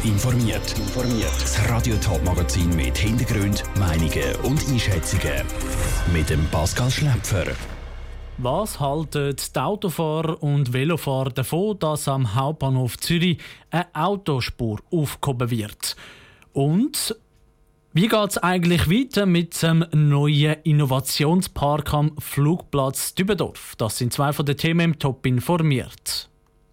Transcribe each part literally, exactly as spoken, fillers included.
informiert. Informiert. Das Radio Top Magazin mit Hintergrund, Meinungen und Einschätzungen mit dem Pascal Schläpfer. Was halten die Autofahrer und Velofahrer davon, dass am Hauptbahnhof Zürich eine Autospur aufgehoben wird? Und wie geht es eigentlich weiter mit dem neuen Innovationspark am Flugplatz Dübendorf? Das sind zwei von den Themen im Top informiert.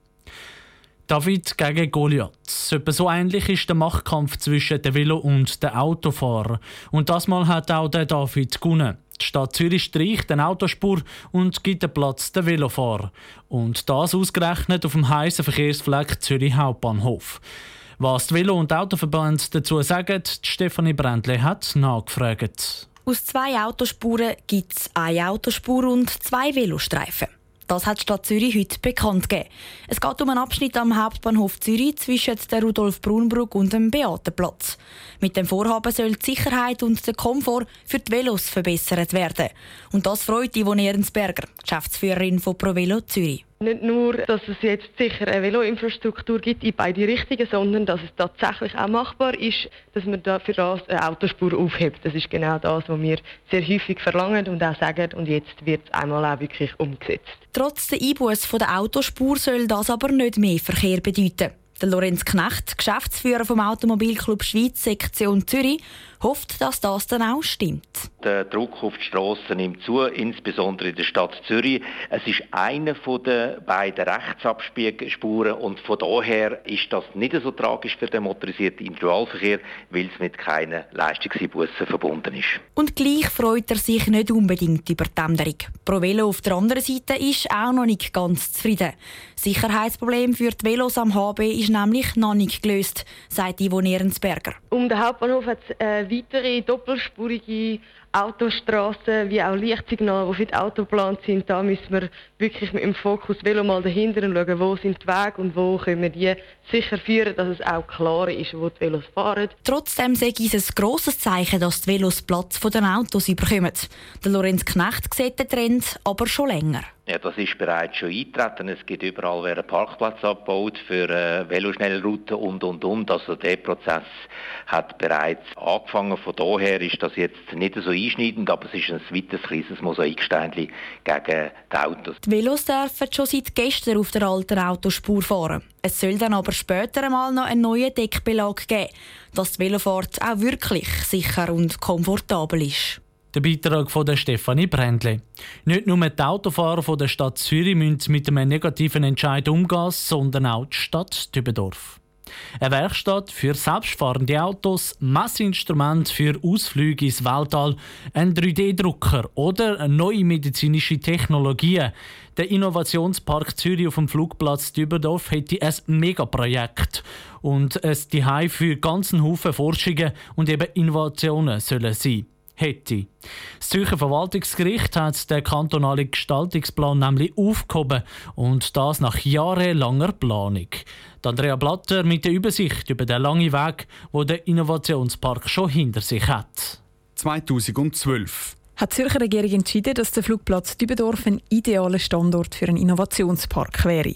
David gegen Goliath. Etwa so ähnlich ist der Machtkampf zwischen den Velo- und den Autofahrern. Und das Mal hat auch der David gewonnen. Die Stadt Zürich streicht eine Autospur und gibt den Platz den Velofahrern. Und das ausgerechnet auf dem heissen Verkehrsfleck Zürich Hauptbahnhof. Was die Velo- und Autoverbände dazu sagen, Stefanie Brändle hat nachgefragt. Aus zwei Autospuren gibt es eine Autospur und zwei Velostreifen. Das hat die Stadt Zürich heute bekannt gegeben. Es geht um einen Abschnitt am Hauptbahnhof Zürich zwischen der Rudolf-Brunbrücke und dem Beatenplatz. Mit dem Vorhaben soll die Sicherheit und der Komfort für die Velos verbessert werden. Und das freut Yvonne Ehrensberger, Geschäftsführerin von ProVelo Zürich. Nicht nur, dass es jetzt sicher eine Veloinfrastruktur gibt in beide Richtungen, sondern dass es tatsächlich auch machbar ist, dass man dafür das eine Autospur aufhebt. Das ist genau das, was wir sehr häufig verlangen und auch sagen. Und jetzt wird es einmal auch wirklich umgesetzt. Trotz der Einbuß von der Autospur soll das aber nicht mehr Verkehr bedeuten. Der Lorenz Knecht, Geschäftsführer vom Automobilclub Schweiz Sektion Zürich, hofft, dass das dann auch stimmt. Der Druck auf die Strassen nimmt zu, insbesondere in der Stadt Zürich. Es ist eine von den beiden Rechtsabspuren und von daher ist das nicht so tragisch für den motorisierten Individualverkehr, weil es mit keinen Leistungseinbussen verbunden ist. Und gleich freut er sich nicht unbedingt über die Änderung. ProVelo auf der anderen Seite ist auch noch nicht ganz zufrieden. Das Sicherheitsproblem für die Velos am H B ist nämlich noch nicht gelöst, sagt Yvonne Ehrensberger. Um den Hauptbahnhof hat es äh, weitere doppelspurige Autostrassen wie auch Lichtsignale, die für die Autos geplant sind. Da müssen wir wirklich mit dem Fokus Velo mal dahinter schauen, wo sind die Wege und wo können wir die sicher führen, dass es auch klar ist, wo die Velos fahren. Trotzdem sei es ein grosses Zeichen, dass die Velos Platz von den Autos überkommen. Der Lorenz Knecht sieht den Trend aber schon länger. Ja, das ist bereits schon eingetreten. Es gibt überall, wer einen Parkplatz abbaut für äh, Veloschnellrouten und, und, und. Also der Prozess hat bereits angefangen. Von daher ist das jetzt nicht so einschneidend, aber es ist ein weiteres kleines Mosaiksteinchen gegen die Autos. Die Velos dürfen schon seit gestern auf der alten Autospur fahren. Es soll dann aber später einmal noch einen neuen Deckbelag geben, dass die Velofahrt auch wirklich sicher und komfortabel ist. Der Beitrag von der Stefanie Brändle. Nicht nur die Autofahrer von der Stadt Zürich müssen mit einem negativen Entscheid umgehen, sondern auch die Stadt Dübendorf. Eine Werkstatt für selbstfahrende Autos, Messinstrumente für Ausflüge ins Weltall, ein drei D Drucker oder neue medizinische Technologien. Der Innovationspark Zürich auf dem Flugplatz Dübendorf hätte ein Megaprojekt und es Zuhause für ganzen Haufen Forschungen und eben Innovationen sollen sein. Hätte. Das Zürcher Verwaltungsgericht hat den kantonalen Gestaltungsplan nämlich aufgehoben und das nach jahrelanger Planung. Andrea Blatter mit der Übersicht über den langen Weg, wo der Innovationspark schon hinter sich hat. zweitausendzwölf hat die Zürcher Regierung entschieden, dass der Flugplatz Dübendorf ein idealer Standort für einen Innovationspark wäre.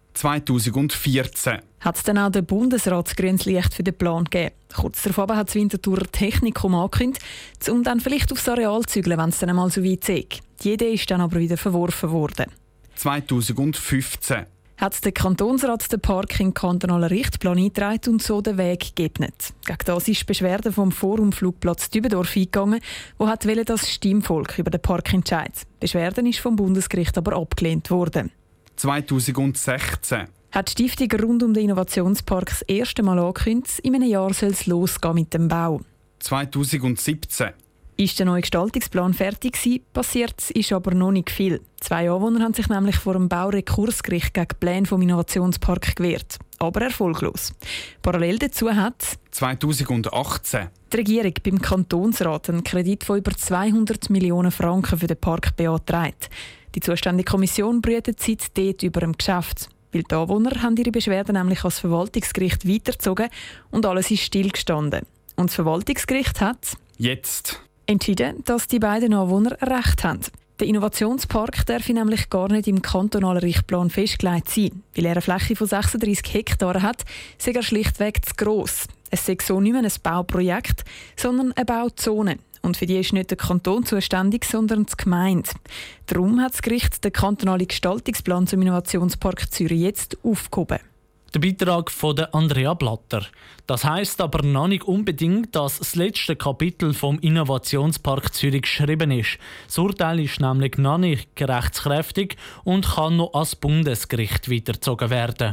zweitausendvierzehn hat es dann auch der Bundesrat das grünes Licht für den Plan gegeben. Kurz darauf hat das Winterthurer Technikum angekündigt, um dann vielleicht aufs Areal zu zügeln, wenn es dann einmal so weit ist. Die Idee ist dann aber wieder verworfen worden. zweitausendfünfzehn hat der Kantonsrat den Park in den kantonalen Richtplan eingetragen und so den Weg geebnet. Gegen das ist die Beschwerde vom Forum Flugplatz Dübendorf eingegangen, wo hat wollte, dass das Stimmvolk über den Park entscheidet. Die Beschwerde ist vom Bundesgericht aber abgelehnt worden. zweitausendsechzehn hat die Stiftung rund um den Innovationspark das erste Mal angekündigt, in einem Jahr soll es losgehen mit dem Bau. zweitausendsiebzehn ist der neue Gestaltungsplan fertig gewesen, passiert ist aber noch nicht viel. Zwei Anwohner haben sich nämlich vor dem Baurekursgericht gegen die Pläne vom Innovationspark gewehrt. Aber erfolglos. Parallel dazu hat zweitausendachtzehn die Regierung beim Kantonsrat einen Kredit von über zweihundert Millionen Franken für den Park beantragt. Die zuständige Kommission brütet seitdem über dem Geschäft. Weil die Anwohner haben ihre Beschwerden nämlich als Verwaltungsgericht weitergezogen und alles ist stillgestanden. Und das Verwaltungsgericht hat jetzt entschieden, dass die beiden Anwohner Recht haben. Der Innovationspark darf nämlich gar nicht im kantonalen Richtplan festgelegt sein. Weil er eine Fläche von sechsunddreissig Hektaren hat, sei er schlichtweg zu gross. Es sei so nicht mehr ein Bauprojekt, sondern eine Bauzone. Und für die ist nicht der Kanton zuständig, sondern die Gemeinde. Darum hat das Gericht den kantonalen Gestaltungsplan zum Innovationspark Zürich jetzt aufgehoben. Der Beitrag von der Andrea Blatter. Das heisst aber noch nicht unbedingt, dass das letzte Kapitel vom Innovationspark Zürich geschrieben ist. Das Urteil ist nämlich noch nicht rechtskräftig und kann noch ans Bundesgericht weitergezogen werden.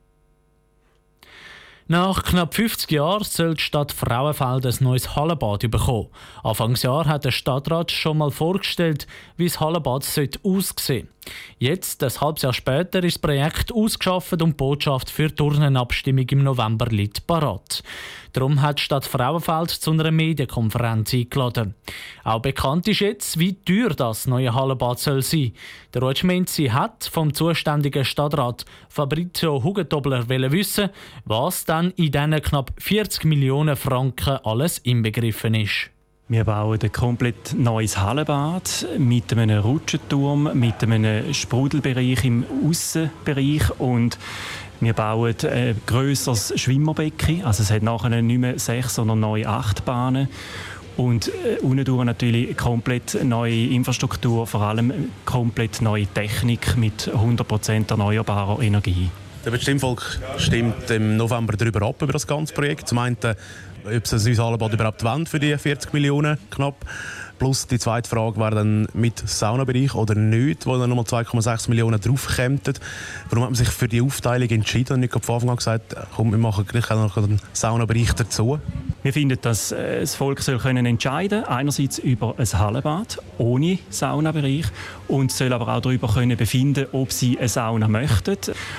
Nach knapp fünfzig Jahren soll die Stadt Frauenfeld ein neues Hallenbad bekommen. Anfangsjahr hat der Stadtrat schon mal vorgestellt, wie das Hallenbad aussehen sollte. Jetzt, ein halbes Jahr später, ist das Projekt ausgeschafft und die Botschaft für die Turnenabstimmung im November liegt parat. Darum hat die Stadt Frauenfeld zu einer Medienkonferenz eingeladen. Auch bekannt ist jetzt, wie teuer das neue Hallenbad soll sein. Der Ruud Schmenzi hat vom zuständigen Stadtrat Fabrizio Hugentobler wissen, was dann in diesen knapp vierzig Millionen Franken alles inbegriffen ist. Wir bauen ein komplett neues Hallenbad mit einem Rutschenturm, mit einem Sprudelbereich im Aussenbereich und wir bauen ein grösseres Schwimmerbecken. Also es hat nachher nicht mehr sechs, sondern neue acht Bahnen. Und unten natürlich komplett neue Infrastruktur, vor allem komplett neue Technik mit hundert Prozent erneuerbarer Energie. Das Stimmvolk stimmt im November darüber ab, über das ganze Projekt. Zum einen, ob es ein neues Hallenbad überhaupt wollen für die vierzig Millionen knapp. Plus die zweite Frage wäre dann mit Saunabereich oder nicht, wo dann nochmal zwei Komma sechs Millionen draufkommen. Warum hat man sich für die Aufteilung entschieden und nicht von Anfang an gesagt, komm, wir machen gleich noch einen Saunabereich dazu? Wir finden, dass das Volk soll können entscheiden können, einerseits über ein Hallenbad ohne Saunabereich und soll aber auch darüber können befinden, ob sie eine Sauna möchten.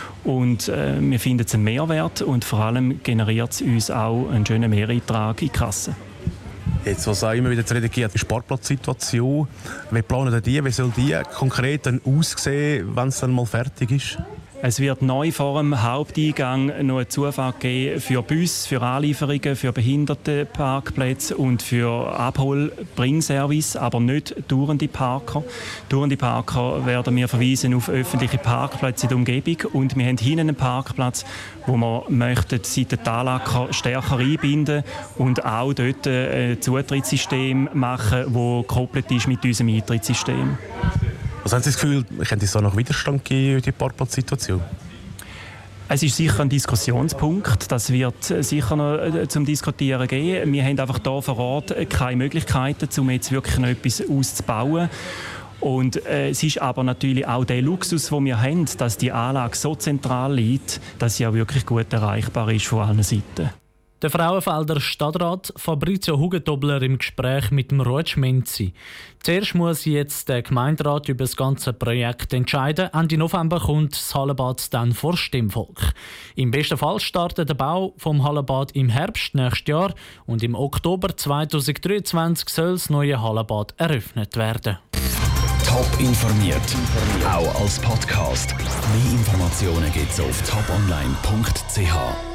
Und äh, wir finden es einen Mehrwert und vor allem generiert es uns auch einen schönen Mehreintrag in die Kasse. Jetzt, was auch immer wieder zu reden gibt, die Sparplatzsituation. Wie planen die? Wie soll die konkret dann aussehen, wenn es dann mal fertig ist? Es wird neu vor dem Haupteingang noch eine Zufahrt geben für Busse, für Anlieferungen, für Behindertenparkplätze und für Abhol-Bringservice, aber nicht dauernde Parker. Dauernde Parker werden wir verweisen auf öffentliche Parkplätze in der Umgebung und wir haben hinten einen Parkplatz, wo wir möchten Seitentalacker stärker einbinden und auch dort ein Zutrittssystem machen, das gekoppelt ist mit unserem Eintrittssystem. Was haben Sie das Gefühl, könnte es da noch Widerstand geben in die Parkplatzsituation? Es ist sicher ein Diskussionspunkt. Das wird sicher noch zum Diskutieren geben. Wir haben einfach hier vor Ort keine Möglichkeiten, um jetzt wirklich noch etwas auszubauen. Und äh, es ist aber natürlich auch der Luxus, den wir haben, dass die Anlage so zentral liegt, dass sie auch wirklich gut erreichbar ist von allen Seiten. Der Frauenfelder Stadtrat Fabrizio Hugentobler im Gespräch mit dem Ruud Schmenzi. Zuerst muss jetzt der Gemeinderat über das ganze Projekt entscheiden. Ende November kommt das Hallenbad dann vor Stimmvolk. Im besten Fall startet der Bau vom Hallenbad im Herbst nächstes Jahr und im Oktober zweitausenddreiundzwanzig soll das neue Hallenbad eröffnet werden. Top informiert, auch als Podcast. Mehr Informationen gibt's auf top online punkt c h.